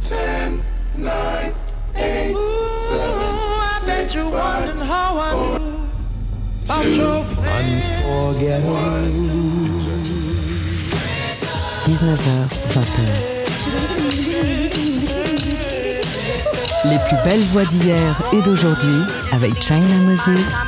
10, 9, 8, 7, 6, 5, 4, 2, Unforgettable. 19h, 20h. Les plus belles voix d'hier et d'aujourd'hui avec China Moses.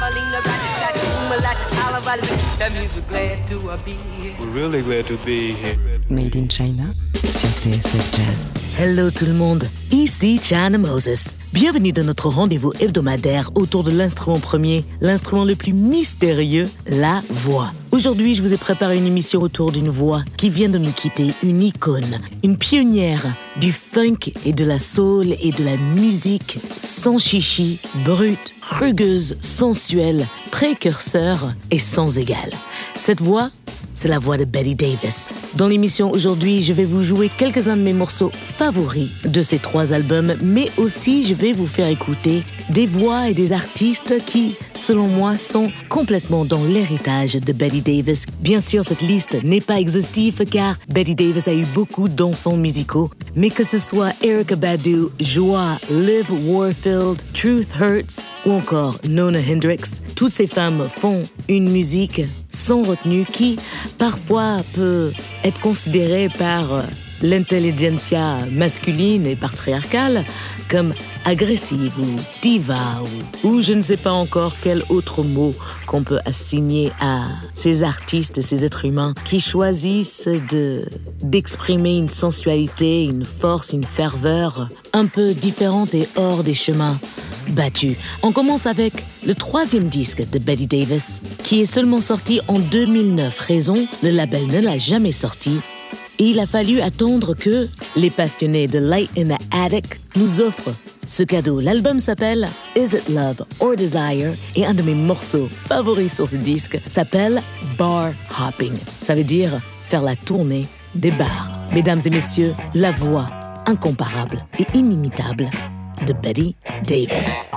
We're really glad to be here. Made in China sur TSF Jazz. Hello tout le monde, ici China Moses. Bienvenue dans notre rendez-vous hebdomadaire autour de l'instrument premier, l'instrument le plus mystérieux, la voix. Aujourd'hui, je vous ai préparé une émission autour d'une voix qui vient de nous quitter, une icône, une pionnière du funk et de la soul et de la musique sans chichi, brute, rugueuse, sensuelle, précurseur et sans égal. Cette voix, c'est la voix de Betty Davis. Dans l'émission aujourd'hui, je vais vous jouer quelques-uns de mes morceaux favoris de ces 3 albums, mais aussi je vais vous faire écouter des voix et des artistes qui, selon moi, sont complètement dans l'héritage de Betty Davis. Bien sûr, cette liste n'est pas exhaustive car Betty Davis a eu beaucoup d'enfants musicaux, mais que ce soit Erykah Badu, Joie, Liv Warfield, Truth Hurts ou encore Nona Hendrix, toutes ces femmes font une musique sans retenue qui, parfois, peut être considérée par l'intelligentsia masculine et patriarcale comme agressive ou diva ou je ne sais pas encore quel autre mot qu'on peut assigner à ces artistes, ces êtres humains qui choisissent d'exprimer une sensualité, une force, une ferveur un peu différente et hors des chemins battus. On commence avec le 3e disque de Betty Davis qui est seulement sorti en 2009. Raison, le label ne l'a jamais sorti. Et il a fallu attendre que les passionnés de Light in the Attic nous offrent ce cadeau. L'album s'appelle Is It Love or Desire et un de mes morceaux favoris sur ce disque s'appelle Bar Hopping. Ça veut dire faire la tournée des bars. Mesdames et messieurs, la voix incomparable et inimitable de Betty Davis.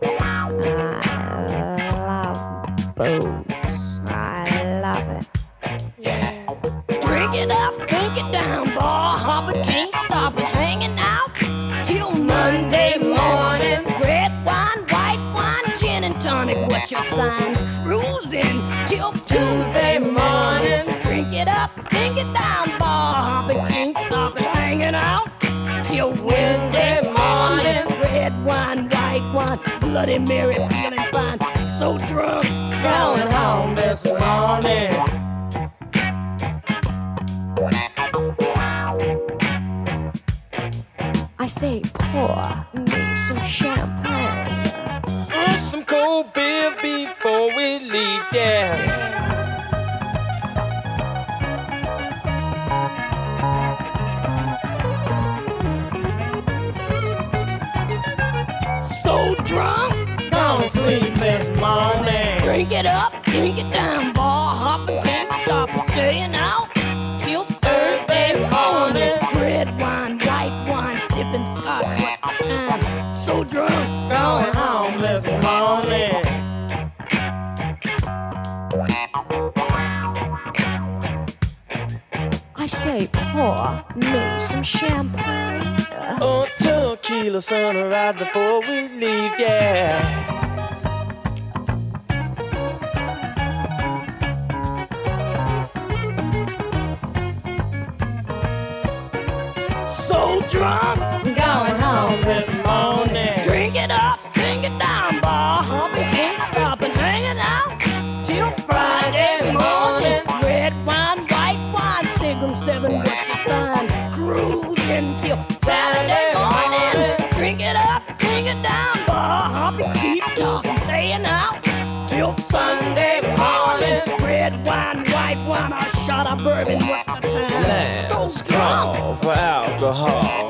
I love it. Drink it up, drink it down, bar hopper, can't stop it, hanging out till Monday morning. Red wine, white wine, gin and tonic, what's your sign? Cruising till Tuesday morning. Drink it up, drink it down, bar hopper, can't stop it, hanging out till Wednesday morning. Red wine, white wine, Bloody Mary, feeling fine, so drunk, going home this morning. I say, pour me some champagne. Some cold beer before we leave, yeah. So drunk, gonna sleep this morning. Drink it up, drink it down, bar hopping, can't stop staying out till Thursday morning. Red wine, white wine, sipping scotch, what's the time? So drunk, going home this morning. I say, pour me some champagne. Oh, tequila, son, right before we leave, yeah. So drunk, going home this morning. Drink it up, drink it down, bar hopping, can't stop and hanging out till Friday morning. Red wine, white wine, Seagram 7, what's your sign? Cruising till Saturday morning. Drink it up, drink it down, bar hopping, keep talking, staying out till Sunday morning. Red wine, white wine, a shot of bourbon, what's the time? Last So drunk. call for alcohol.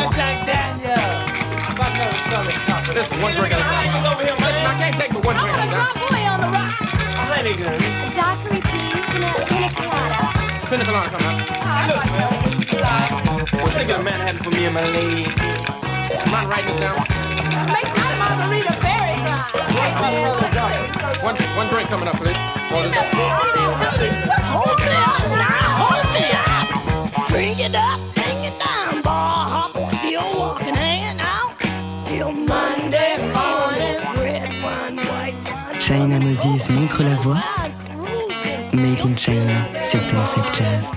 This one drink at a time. Listen, I can't take the one drink at a time. Boy on the rock. Plenty good. Daiquiri, please, and a pina colada. Pina colada coming up. Look, can I get a Manhattan for me and my lady? Mind writing this down? Make my margarita very dry. One drink coming up, please. Hold me up now, hold me up. Drink it up, drink it down, bar hopping, still China Moses montre la voie. Made in China sur TSF Jazz.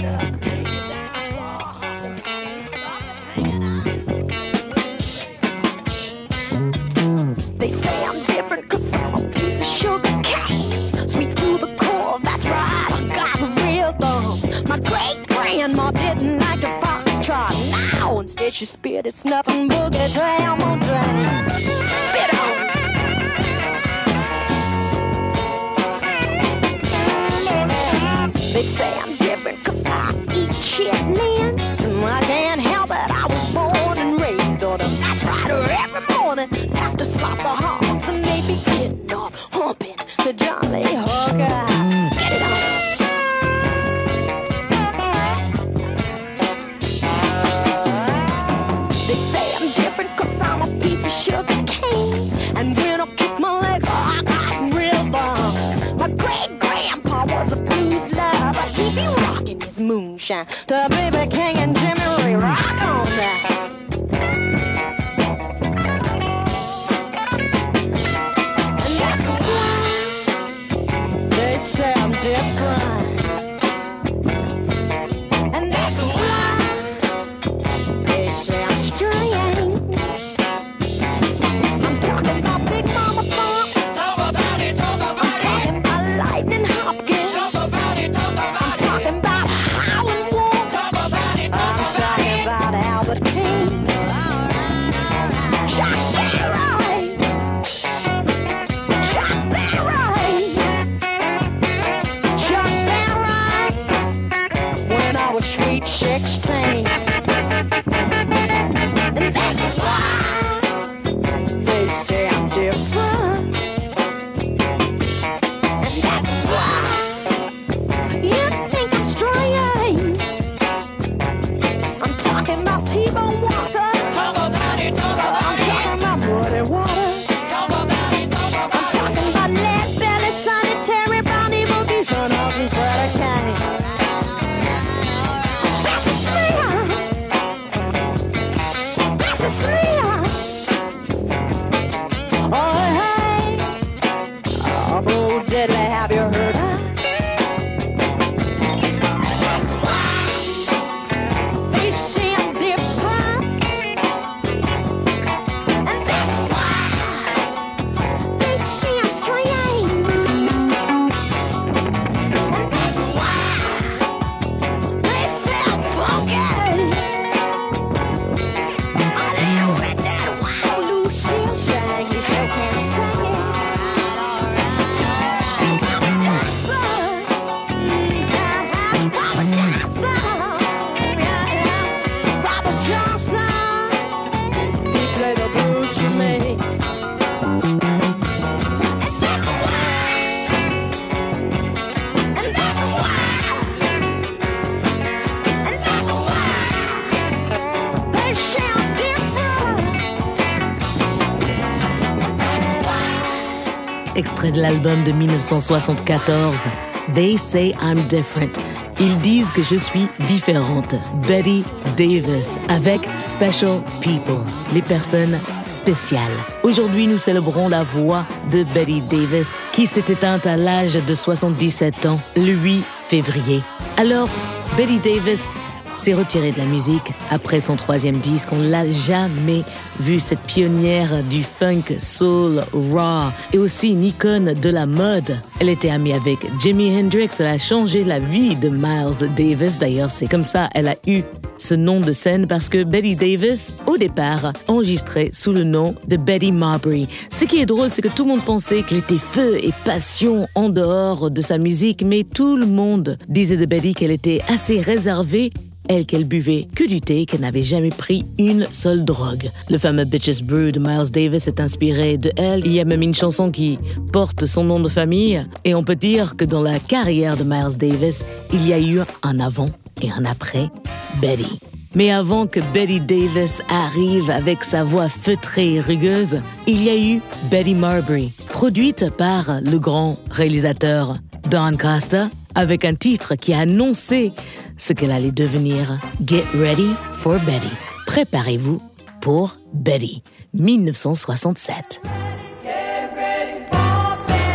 They say I'm different 'cause I'm a piece of sugar cane. Sweet to the core, that's right, I got a rhythm. My great-grandma didn't like the foxtrot. Now instead she spit, it's nothing boogie down my drain. Spit on. They say I'm different 'cause I eat chitlins. And I can't help it, I was born and raised on them. That's right, every morning have to slop the hogs and maybe getting off humping the Jolly Hooker. Get it on. They say I'm different 'cause I'm a piece of sugar cane. And when I kick my legs, I got rhythm. My great-grandpa was a blues lover, but he be rocking his moonshine. The B.B. King and Jimmy Ray rock on that. And that's why they say I'm different. And that's why they say I'm strange. I'm talking about Big Mama Funk. Talk about it, talk about it. I'm talking about Lightning Hopkins. Talk about it, talk about it. I'm talking about Howlin' Wolf. Talk about it, talk about it. I'm talking about Albert King. Chuck Berry. Chuck Berry. Chuck Berry. When I was sweet 16. And that's why they say I'm different. And that's why you think I'm strange. I'm talking about T-Bone Walker. Talk about it, talk about it. I'm talking about Muddy Waters. Talk about it, talk about it. I'm talking about Lead Belly, Sonny Terry, Brownie Boogie, Sean House, and Freddie King. That's a smear. That's a smear. Oh, hey. Oh, Bo Diddley, have you heard her? That's why they say I'm different. And that's why they say I'm strange. And that's why they say I'm funky. A little Richard Wild Lucille sang, you sure can't sing it. Robert Johnson, Robert Johnson, Robert Johnson, he played the blues for me. And that's why, and that's why, and that's why they say I'm different. And that's why. Extrait de l'album de 1974, They Say I'm Different. Ils disent que je suis différente. Betty Davis avec Special People, les personnes spéciales. Aujourd'hui, nous célébrons la voix de Betty Davis qui s'est éteinte à l'âge de 77 ans le 8 février. Alors, Betty Davis s'est retirée de la musique après son 3e disque. On l'a jamais vue, cette pionnière du funk, soul, raw et aussi une icône de la mode. Elle était amie avec Jimi Hendrix. Elle a changé la vie de Miles Davis. D'ailleurs, c'est comme ça elle a eu ce nom de scène parce que Betty Davis, au départ, enregistrait sous le nom de Betty Marbury. Ce qui est drôle, c'est que tout le monde pensait qu'elle était feu et passion en dehors de sa musique, mais tout le monde disait de Betty qu'elle était assez réservée. Elle, qu'elle buvait que du thé, qu'elle n'avait jamais pris une seule drogue. Le fameux Bitches Brew de Miles Davis est inspiré de elle. Il y a même une chanson qui porte son nom de famille. Et on peut dire que dans la carrière de Miles Davis, il y a eu un avant et un après Betty. Mais avant que Betty Davis arrive avec sa voix feutrée et rugueuse, il y a eu Betty Marbury, produite par le grand réalisateur Don Costa, avec un titre qui a annoncé ce qu'elle allait devenir. Get Ready for Betty. Préparez-vous pour Betty, 1967. Get ready for Betty.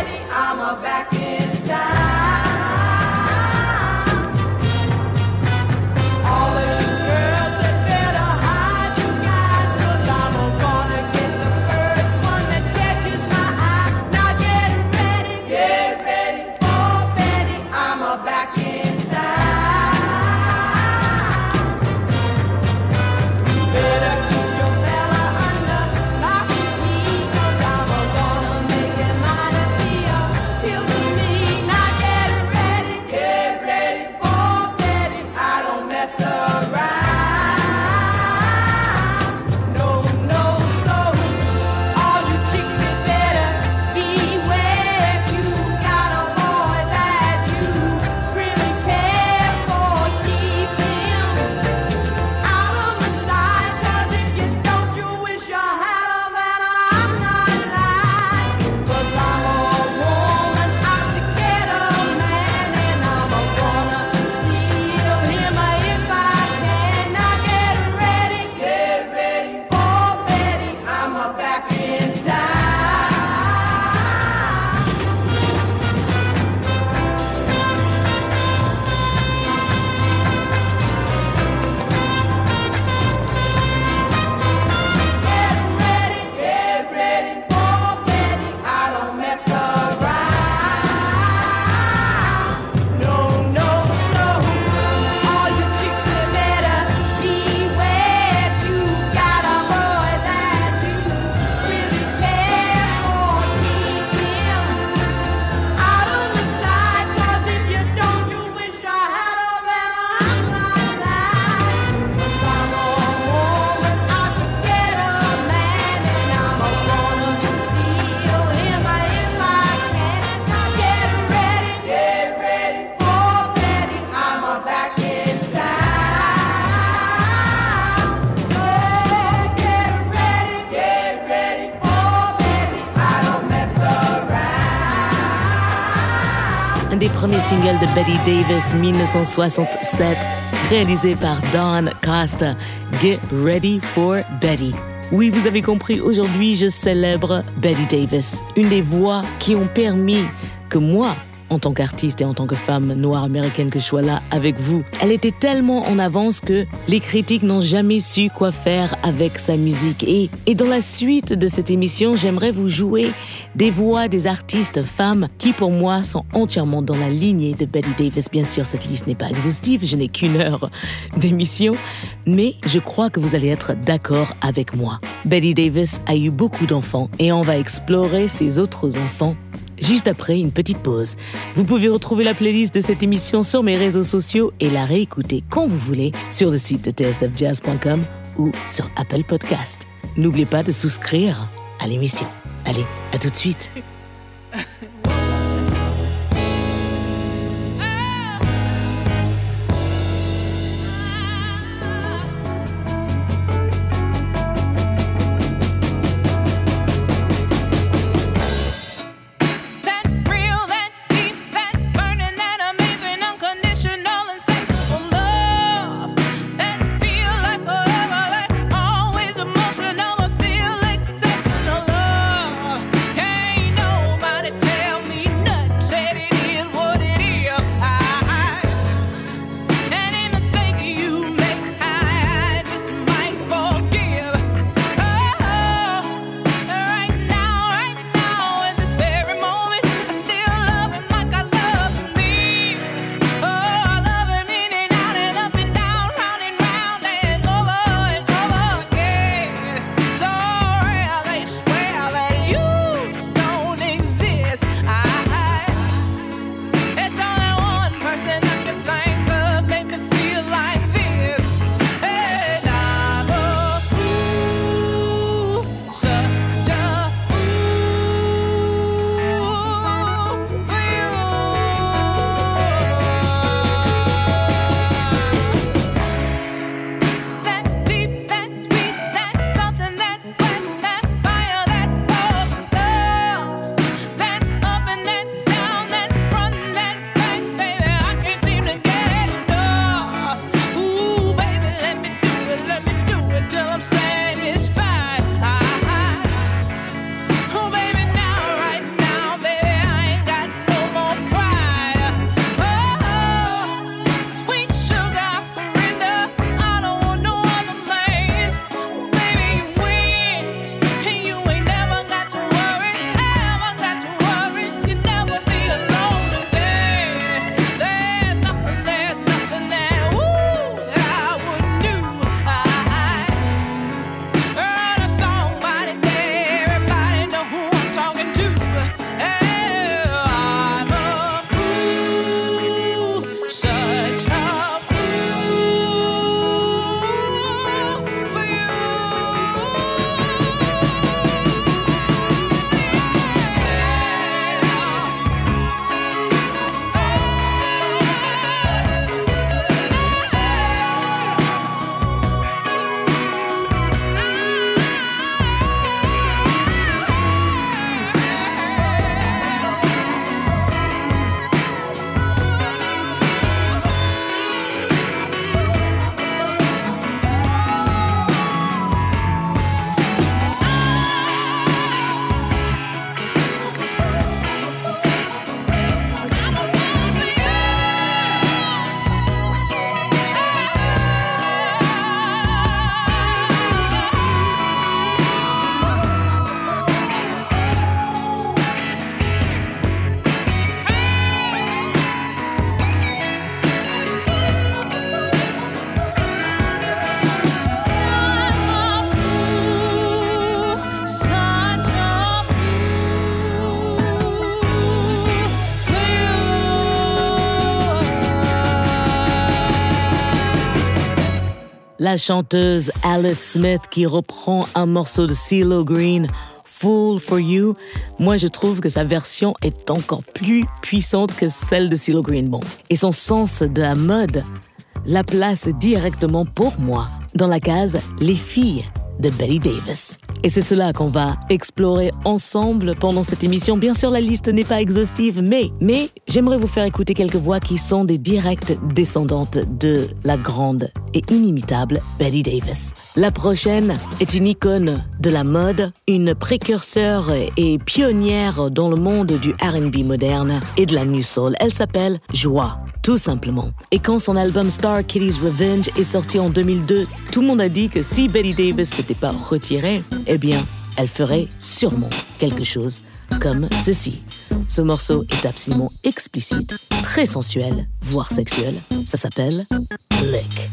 premier single de Betty Davis, 1967, réalisé par Don Costa, Get Ready for Betty. Oui, vous avez compris, aujourd'hui, je célèbre Betty Davis, une des voix qui ont permis que moi, en tant qu'artiste et en tant que femme noire américaine, que je sois là avec vous. Elle était tellement en avance que les critiques n'ont jamais su quoi faire avec sa musique. Et dans la suite de cette émission, j'aimerais vous jouer des voix des artistes femmes qui, pour moi, sont entièrement dans la lignée de Betty Davis. Bien sûr, cette liste n'est pas exhaustive, je n'ai qu'une heure d'émission, mais je crois que vous allez être d'accord avec moi. Betty Davis a eu beaucoup d'enfants et on va explorer ses autres enfants juste après une petite pause. Vous pouvez retrouver la playlist de cette émission sur mes réseaux sociaux et la réécouter quand vous voulez sur le site de tsfjazz.com ou sur Apple Podcast. N'oubliez pas de souscrire à l'émission. Allez, à tout de suite. La chanteuse Alice Smith qui reprend un morceau de CeeLo Green, Fool for You. Moi, je trouve que sa version est encore plus puissante que celle de CeeLo Green. Bon. Et son sens de la mode la place directement pour moi dans la case Les filles de Betty Davis. Et c'est cela qu'on va explorer ensemble pendant cette émission. Bien sûr, la liste n'est pas exhaustive, mais j'aimerais vous faire écouter quelques voix qui sont des directes descendantes de la grande et inimitable Betty Davis. La prochaine est une icône de la mode, une précurseur et pionnière dans le monde du R&B moderne et de la New Soul. Elle s'appelle Joie, tout simplement. Et quand son album Star Kitty's Revenge est sorti en 2002, tout le monde a dit que si Betty Davis s'était pas retirée, eh bien, elle ferait sûrement quelque chose comme ceci. Ce morceau est absolument explicite, très sensuel, voire sexuel. Ça s'appelle Lick.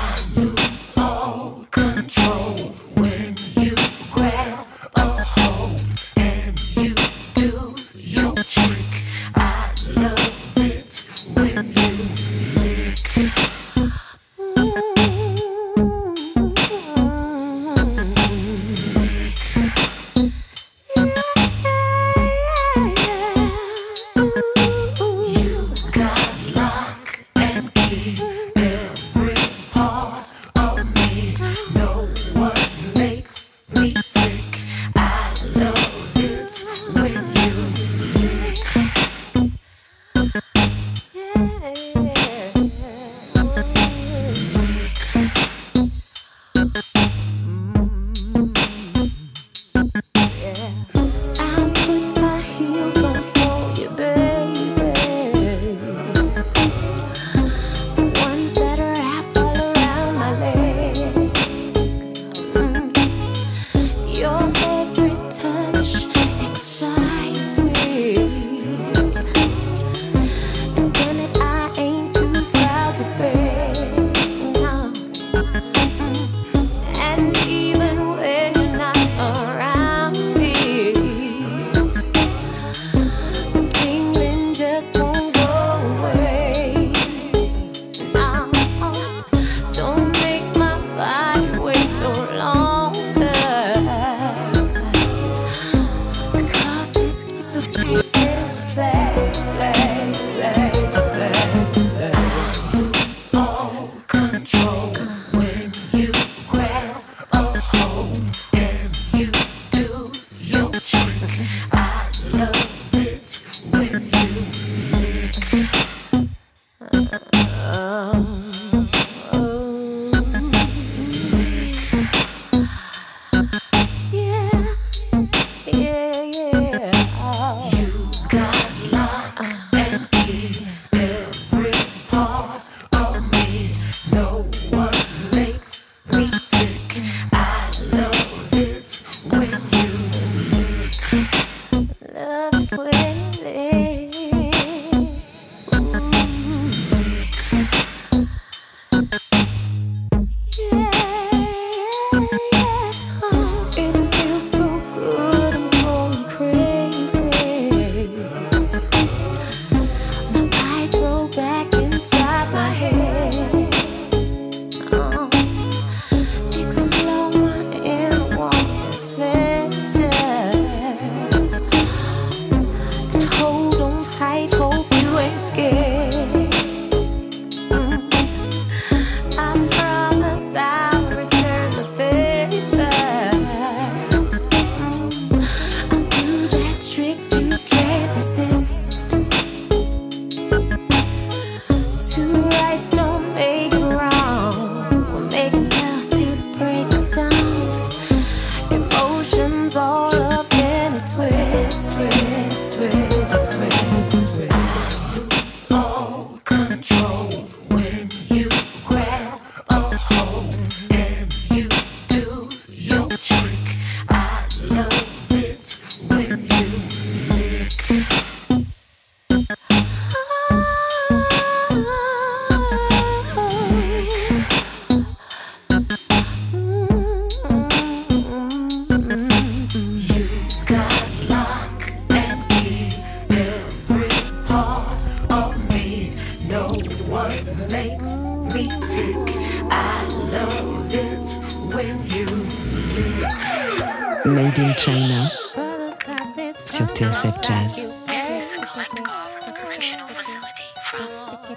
Made in China sur TSF Jazz.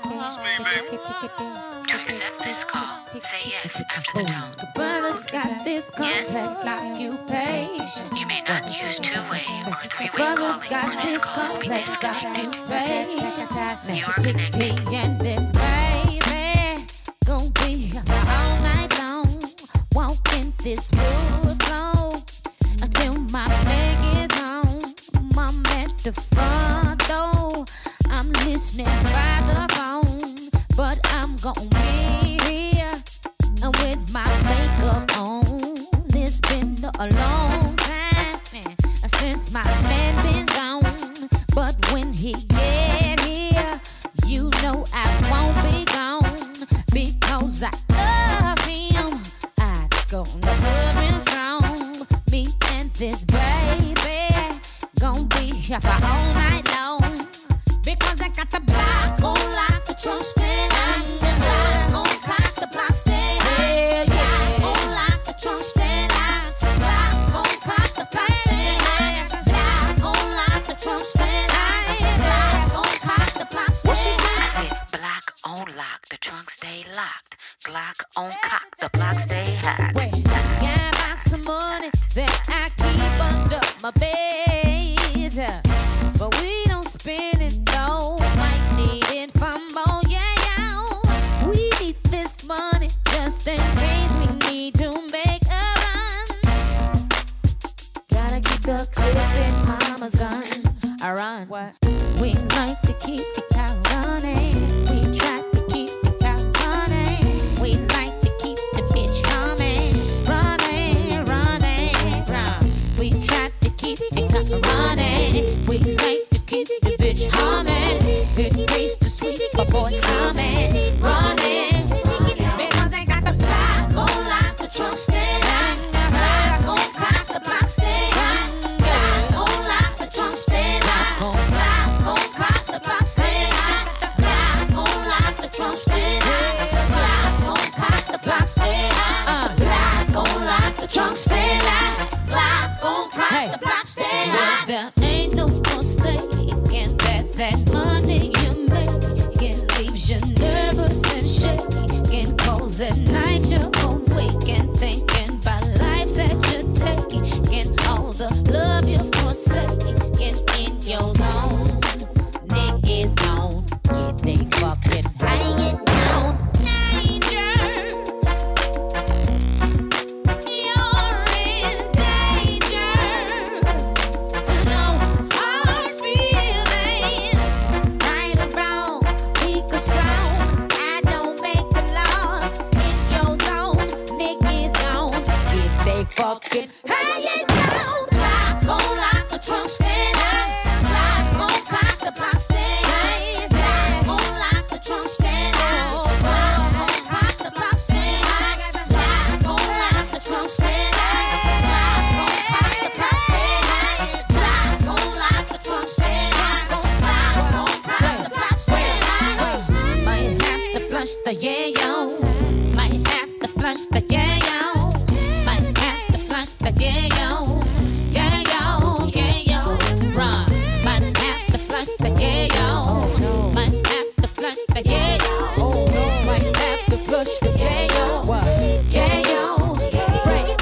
To accept this call, say yes after the tone. The brother's got this this complex occupation. You may not use two-way or three-way Brothers calling got for this this call to be complex disconnected. occupation. You are connected. Me and this baby gon' be here all night long, walking this wood floor until my leg is home. I'm at the front door, I'm listening by the phone, but I'm gon' be here with my makeup on. It's been a long time since my man been gone, but when he get here, you know I won't be gone, because I love him. I gonna love him strong. Me and this baby gon' be here for all night long, because I got the block on lock, the trunk stay locked, the block on cock, the block stay high, yeah. Block on lock, the trunk stay locked, block on cock, the block stay high, block on lock, the trunk stay locked, block on cock, the block stay high. Block on lock, the trunk stay locked. Glock on cock, the block stay high. Wait, got a box of money that I keep under my bed, but we don't spend it though. Might need it for more, yeah. We need this money just in case we need to make a run. Gotta keep the clip in mama's gun. I run. What? We like to keep the car running. We try to keep the car running. We like to keep the bitch humming. Running, running, run. We try to keep the car running. We like to keep the bitch humming. Good taste to sweet, but boys coming. Running, because they got the block on lock, the trunk stay locked. Block on cock, the block stay hot. Block on lock, the trunk stay locked. Block on cock, the block stay hot. Block on lock, the trunk stay locked. Block on cock, the block stay hot. Block on lock, the trunk stay locked. Block on cock, the block stay hot. There ain't no mistaking that money you make leaves you nervous and shaking. Cause at night you're awake and thinking about life that you're taking, all the love you're forsaking in your zone. Niggas gone, get they fucking hang it down. Danger, you're in danger. No hard feelings, right or wrong, weak or strong. I don't make the laws in your zone. Niggas gone, get they fucking hang it down. Block on lock, the trunk stay locked. Block on cock, the block stay high. Block on lock, the trunk stay locked. Block on cock, the block stay high. Block on lock, the trunk stay locked. Block on cock, the block stay high. Block on lock, the trunk stay locked. Block on cock, the block stay high. Might have to flush the yayo. Might have to flush the yayo. Might have to flush the yayo. Yayo, yayo, run. Might have to flush the yayo. Might have to flush the yayo. Might have to flush the yayo. Yayo, break.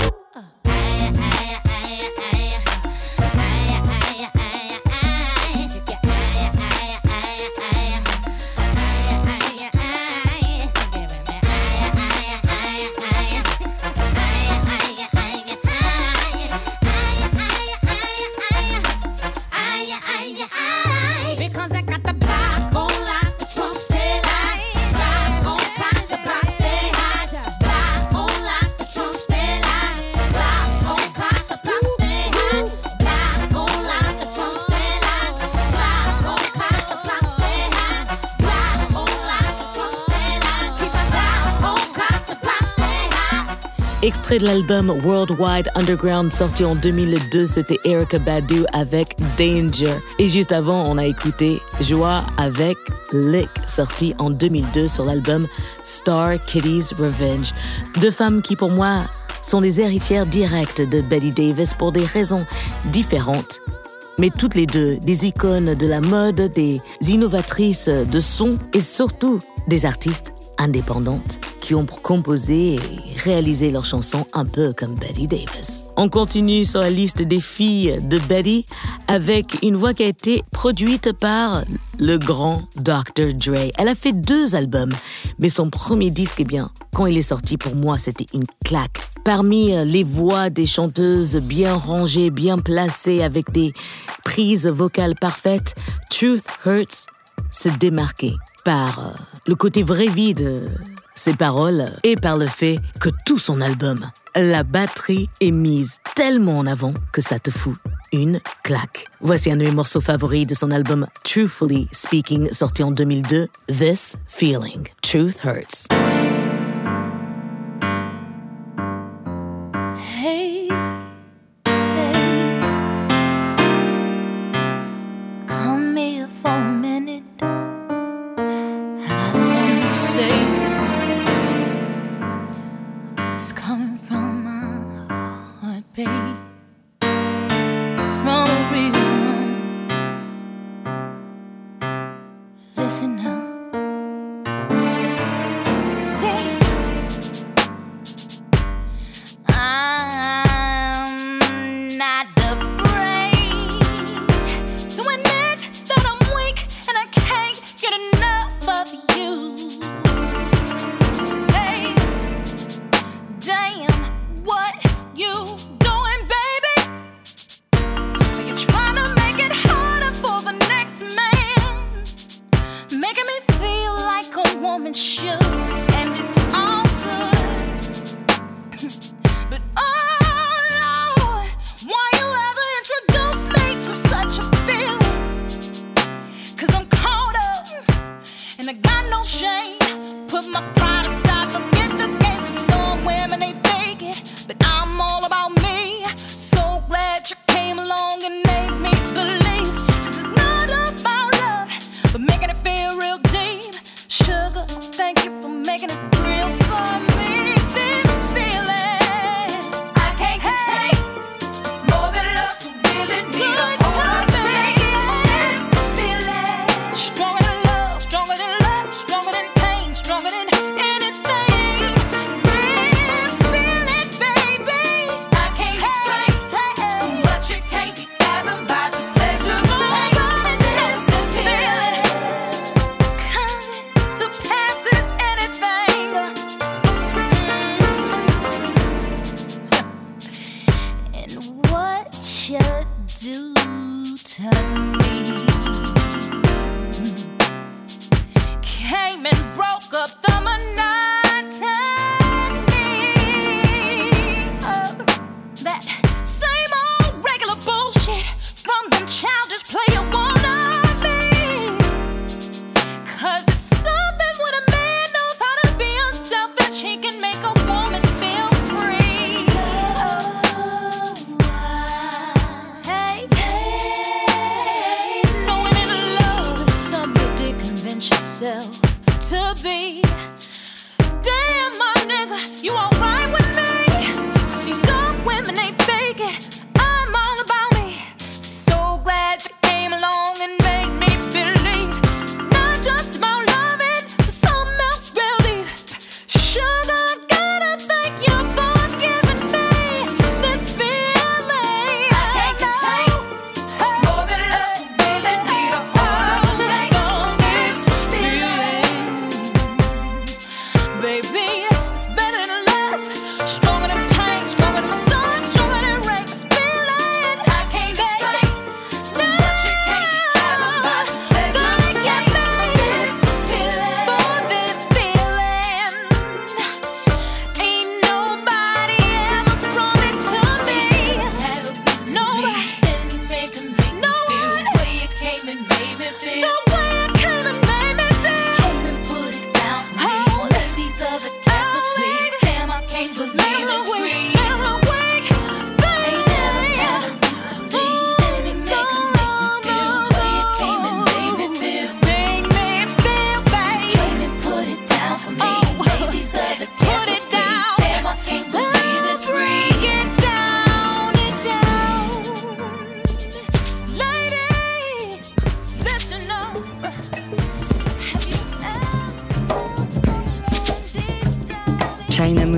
Because I got the block on lock, the trunk stay locked. Block on cock, the block stay hot. Block on lock, the trunk stay locked. Block on cock, the block stay hot. Block on lock, the trunk stay locked. Block on cock, the block stay hot. Block on lock, the trunk stay locked. Keep a block on cock, the block stay hot. Extrait de l'album Worldwide Underground sorti en 2002, c'était Erykah Badu avec Danger. Et juste avant, on a écouté Joie avec Lick, sorti en 2002 sur l'album Star Kitty's Revenge. Deux femmes qui, pour moi, sont des héritières directes de Betty Davis pour des raisons différentes. Mais toutes les deux, des icônes de la mode, des innovatrices de son et surtout des artistes indépendantes qui ont composé et réalisé leurs chansons un peu comme Betty Davis. On continue sur la liste des filles de Betty avec une voix qui a été produite par le grand Dr. Dre. Elle a fait 2 albums, mais son premier disque, quand il est sorti, pour moi, c'était une claque. Parmi les voix des chanteuses bien rangées, bien placées, avec des prises vocales parfaites, Truth Hurts se démarquait par le côté vrai vie de ses paroles et par le fait que tout son album, la batterie est mise tellement en avant que ça te fout une claque. Voici un de mes morceaux favoris de son album Truthfully Speaking, sorti en 2002, This Feeling, Truth Hurts. Hey, babe, come here for a minute. I got something to say. It's coming from my heart, babe. From a real one. Listen now. See, I'm not afraid to admit that I'm weak and I can't get enough of you. Hey, damn, what you doing, baby? Are you trying to make it harder for the next man? Making me feel like a woman should, and it's all good. But oh Lord, why you ever introduce me to such a feeling? 'Cause I'm caught up and I got no shame. Put my pride aside, forget the games. 'Cause some women they fake it, but I'm all about me. So glad you came along and made me believe. 'Cause it's not about love, but making it feel real deep. Sugar, thank you for making it real for me. This feeling I can't contain. It's more than love, so really need a hold of me. This feeling stronger than love, stronger than lust, stronger than pain, stronger than anything. This feeling, baby, I can't explain. So much it can't be fathomed by just pleasure alone. This feeling, 'cause it surpasses anything. And what you do to me came and broke up the monotony of that same old regular bullshit from them childish player wannabes. 'Cause it's something when a man knows how to be unselfish, he can make a woman feel free. So hey, hey,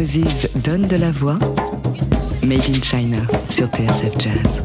Moses donne de la voix. Made in China sur TSF Jazz.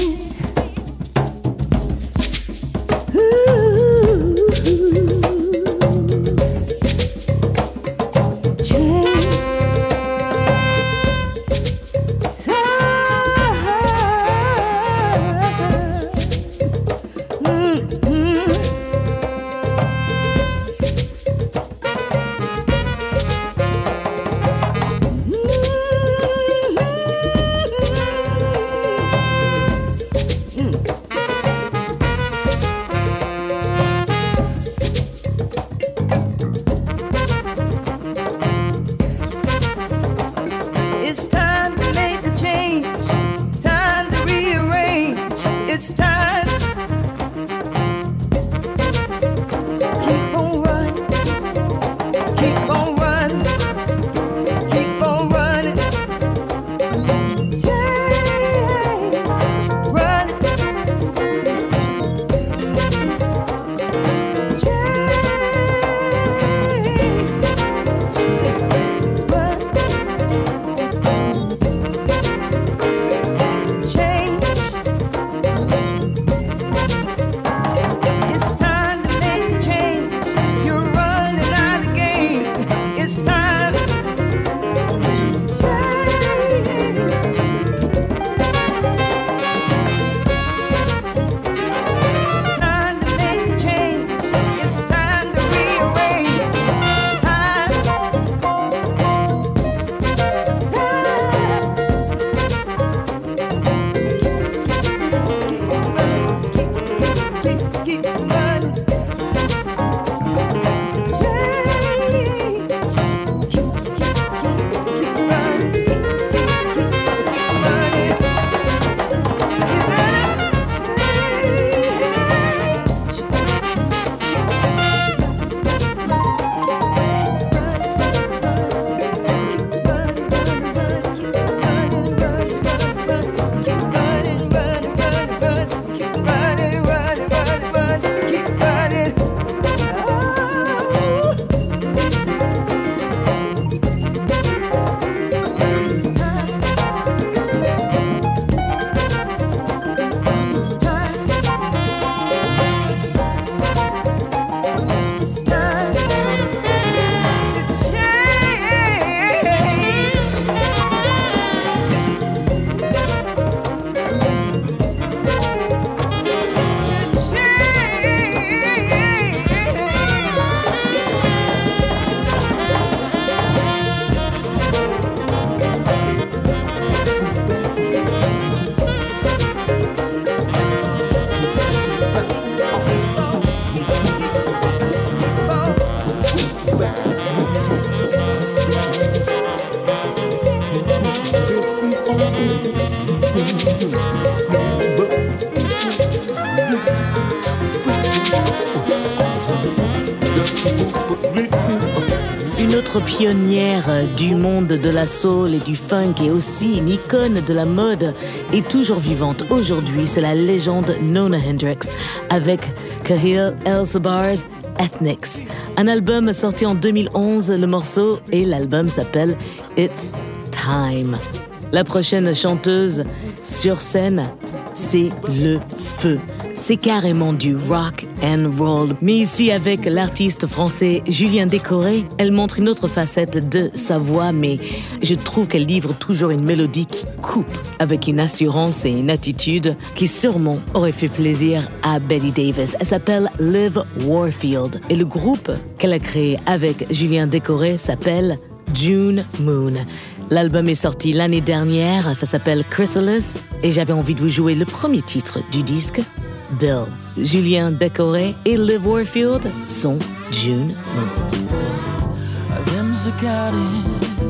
Pionnière du monde de la soul et du funk et aussi une icône de la mode et toujours vivante aujourd'hui, c'est la légende Nona Hendryx avec Kahil El-Sabah's Ethnics. Un album sorti en 2011, le morceau et l'album s'appelle It's Time. La prochaine chanteuse sur scène, c'est le feu. C'est carrément du rock and roll. Mais ici, avec l'artiste français Julien Décoré, elle montre une autre facette de sa voix, mais je trouve qu'elle livre toujours une mélodie qui coupe, avec une assurance et une attitude qui sûrement aurait fait plaisir à Betty Davis. Elle s'appelle Liv Warfield et le groupe qu'elle a créé avec Julien Décoré s'appelle June Moon. L'album est sorti l'année dernière, ça s'appelle Chrysalis et j'avais envie de vous jouer le premier titre du disque, Bill. Julien Décoré et Liv Warfield sont June Moon. Them's the guiding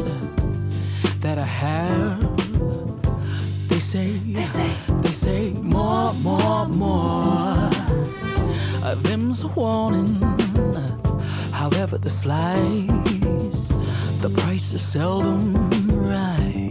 that I have. They say more. Them's a warning. However the slice, the price is seldom right.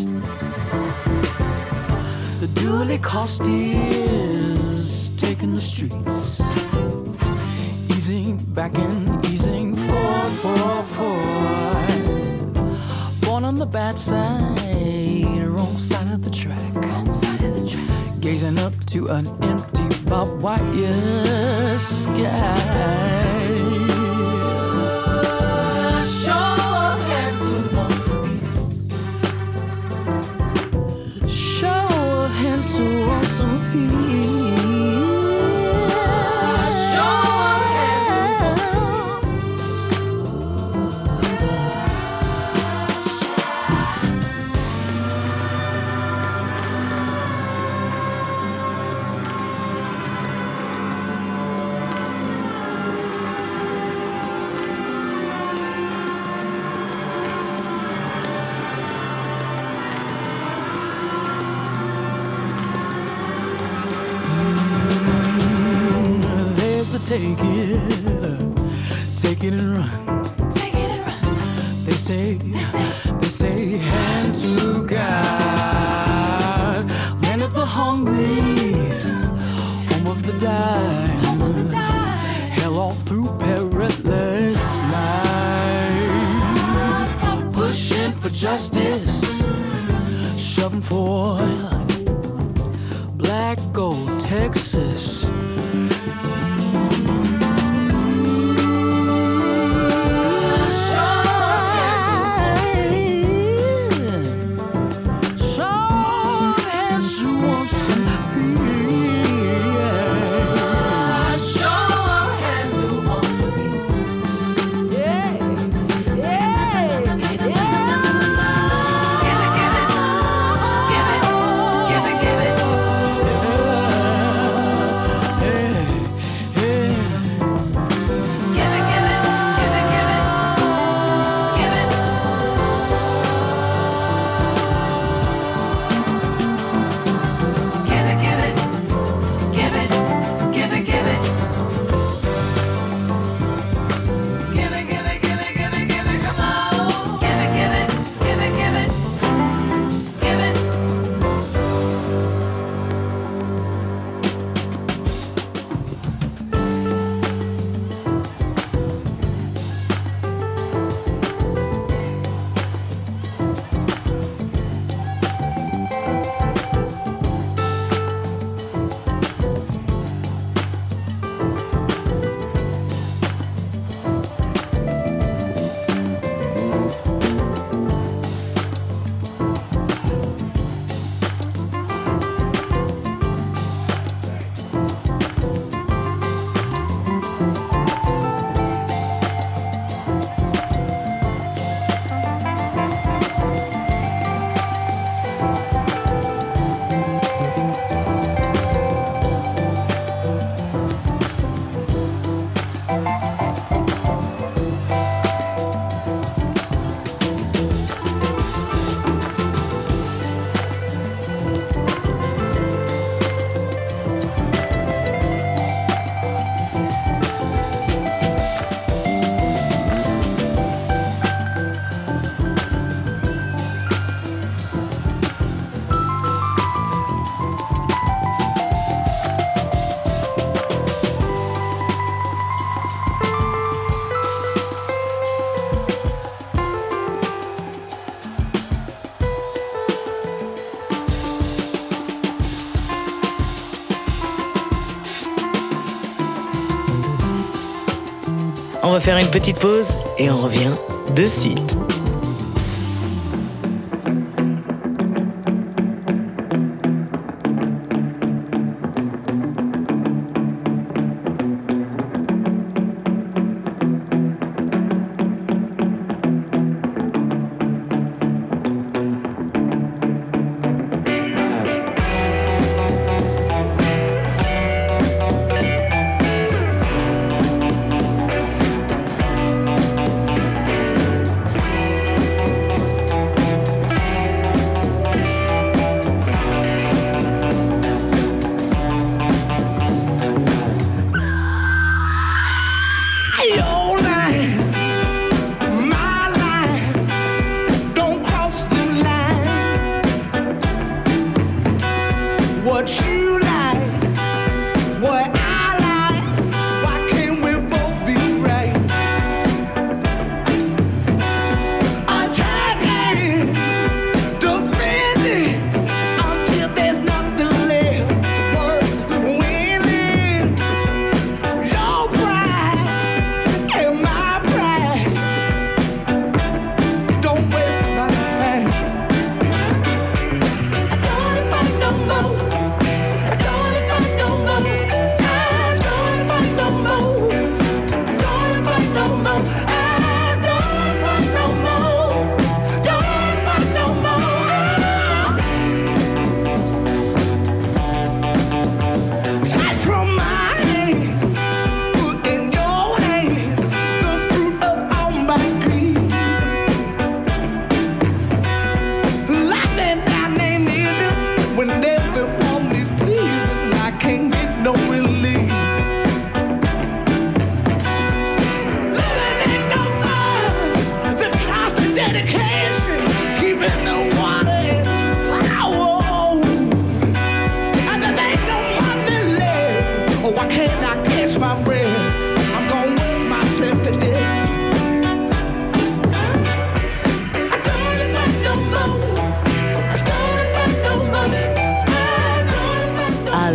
The duly cost is taking the streets, easing back and easing forward. Born on bad side, wrong side of the track. Gazing up to an empty barbed wire sky. Show of hands who wants a piece. Show of hands who wants some peace. Show of hands who wants some peace. Take it and run. Take it and run. They say, hand to God, land of the hungry, home of the dying, hell all through perilous night, pushing for justice, shoving for black gold Texas. On va faire une petite pause et on revient de suite. Attacking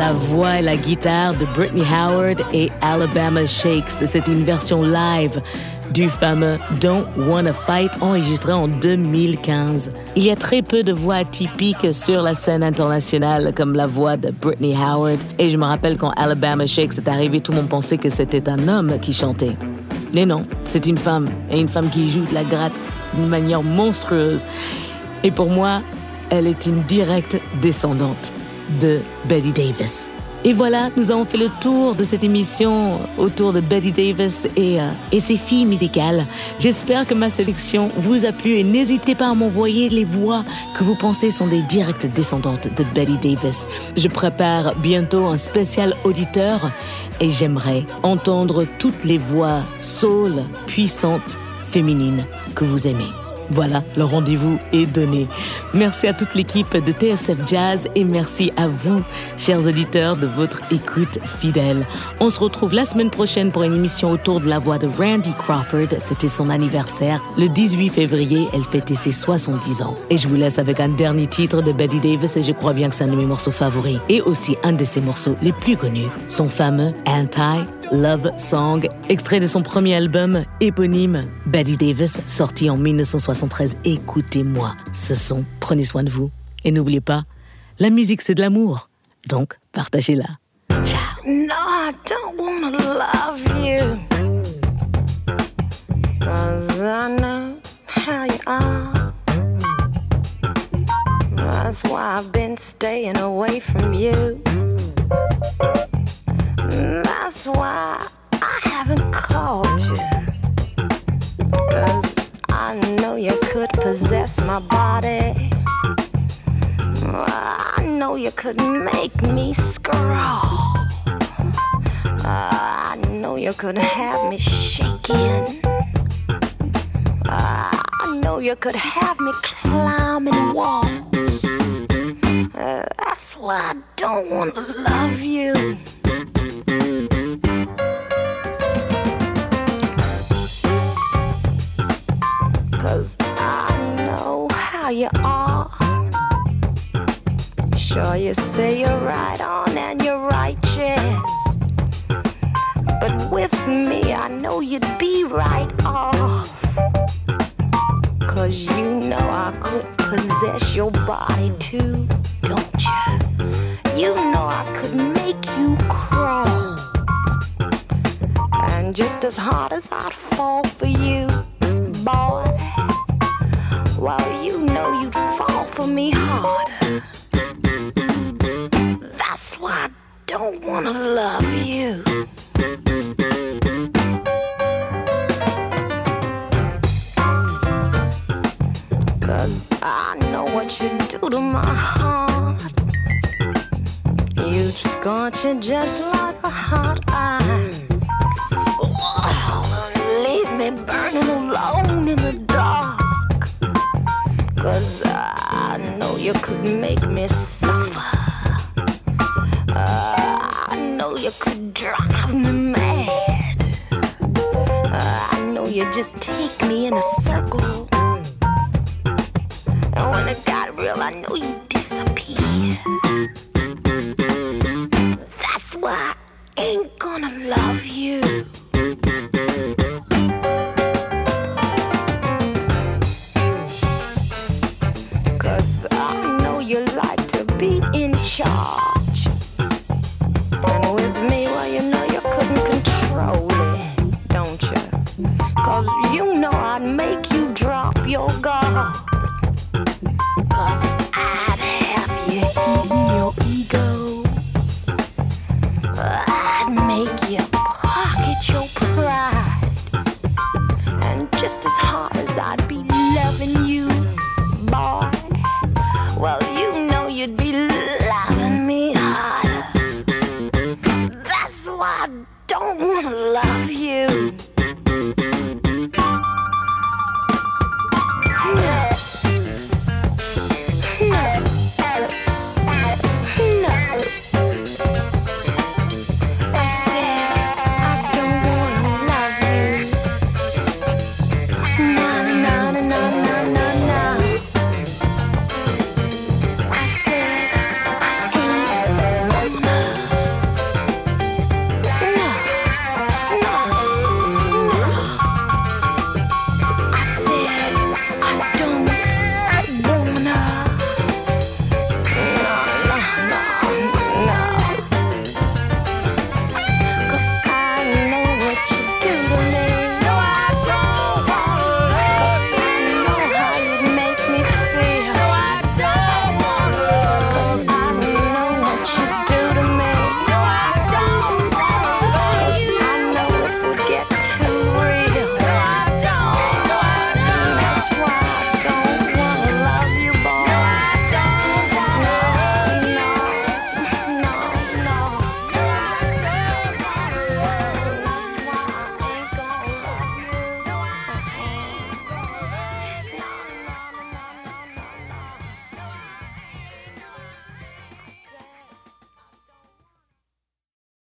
la voix et la guitare de Brittany Howard et Alabama Shakes. C'est une version live du fameux Don't Wanna Fight enregistré en 2015. Il y a très peu de voix atypiques sur la scène internationale comme la voix de Brittany Howard. Et je me rappelle quand Alabama Shakes est arrivé, tout le monde pensait que c'était un homme qui chantait. Mais non, c'est une femme, et une femme qui joue de la gratte d'une manière monstrueuse. Et pour moi, elle est une directe descendante de Betty Davis. Et voilà, nous avons fait le tour de cette émission autour de Betty Davis et ses filles musicales. J'espère que ma sélection vous a plu et n'hésitez pas à m'envoyer les voix que vous pensez sont des directes descendantes de Betty Davis. Je prépare bientôt un spécial auditeur et j'aimerais entendre toutes les voix soul, puissantes, féminines que vous aimez. Voilà, le rendez-vous est donné. Merci à toute l'équipe de TSF Jazz et merci à vous, chers auditeurs, de votre écoute fidèle. On se retrouve la semaine prochaine pour une émission autour de la voix de Randy Crawford. C'était son anniversaire. Le 18 février, elle fêtait ses 70 ans. Et je vous laisse avec un dernier titre de Betty Davis et je crois bien que c'est un de mes morceaux favoris. Et aussi un de ses morceaux les plus connus, son fameux Anti-Love Song, extrait de son premier album éponyme, Betty Davis, sorti en 1973. Écoutez-moi ce son, prenez soin de vous. Et n'oubliez pas, la musique c'est de l'amour, donc partagez-la. Ciao. No, I don't wanna love you, 'cause I know how you are. That's why I've been staying away from you. That's why I haven't called you, 'cause I know you could possess my body. I know you could make me scrawl. I know you could have me shaking. I know you could have me climbing walls. That's why I don't want to love you. Cause I know how you are. Sure, you say you're right on and you're righteous, but with me I know you'd be right off. Cause you know I could possess your body too, don't you? You know I could make you crawl. And just as hard as I'd fall for you, boy, well, you know you'd fall for me harder. That's why I don't wanna love you. Cause I know what you do to my heart. You scorch it just like a hot iron. Leave me burning alone in the dark. Cause I know you could make me suffer. I know you could drive me mad. I know you just take me in a circle. And when it got real, I know you disappear. That's why I ain't gonna love you. Cause I know you like to be in charge. And with me, well, you know you couldn't control it, don't you? Cause you know I'd make you drop your guard. Cause I'd have you eating your ego. I'd make you pocket your pride. And just as hard as I'd be loving you, boy, well, you know you'd be loving me harder. That's why I don't wanna love you.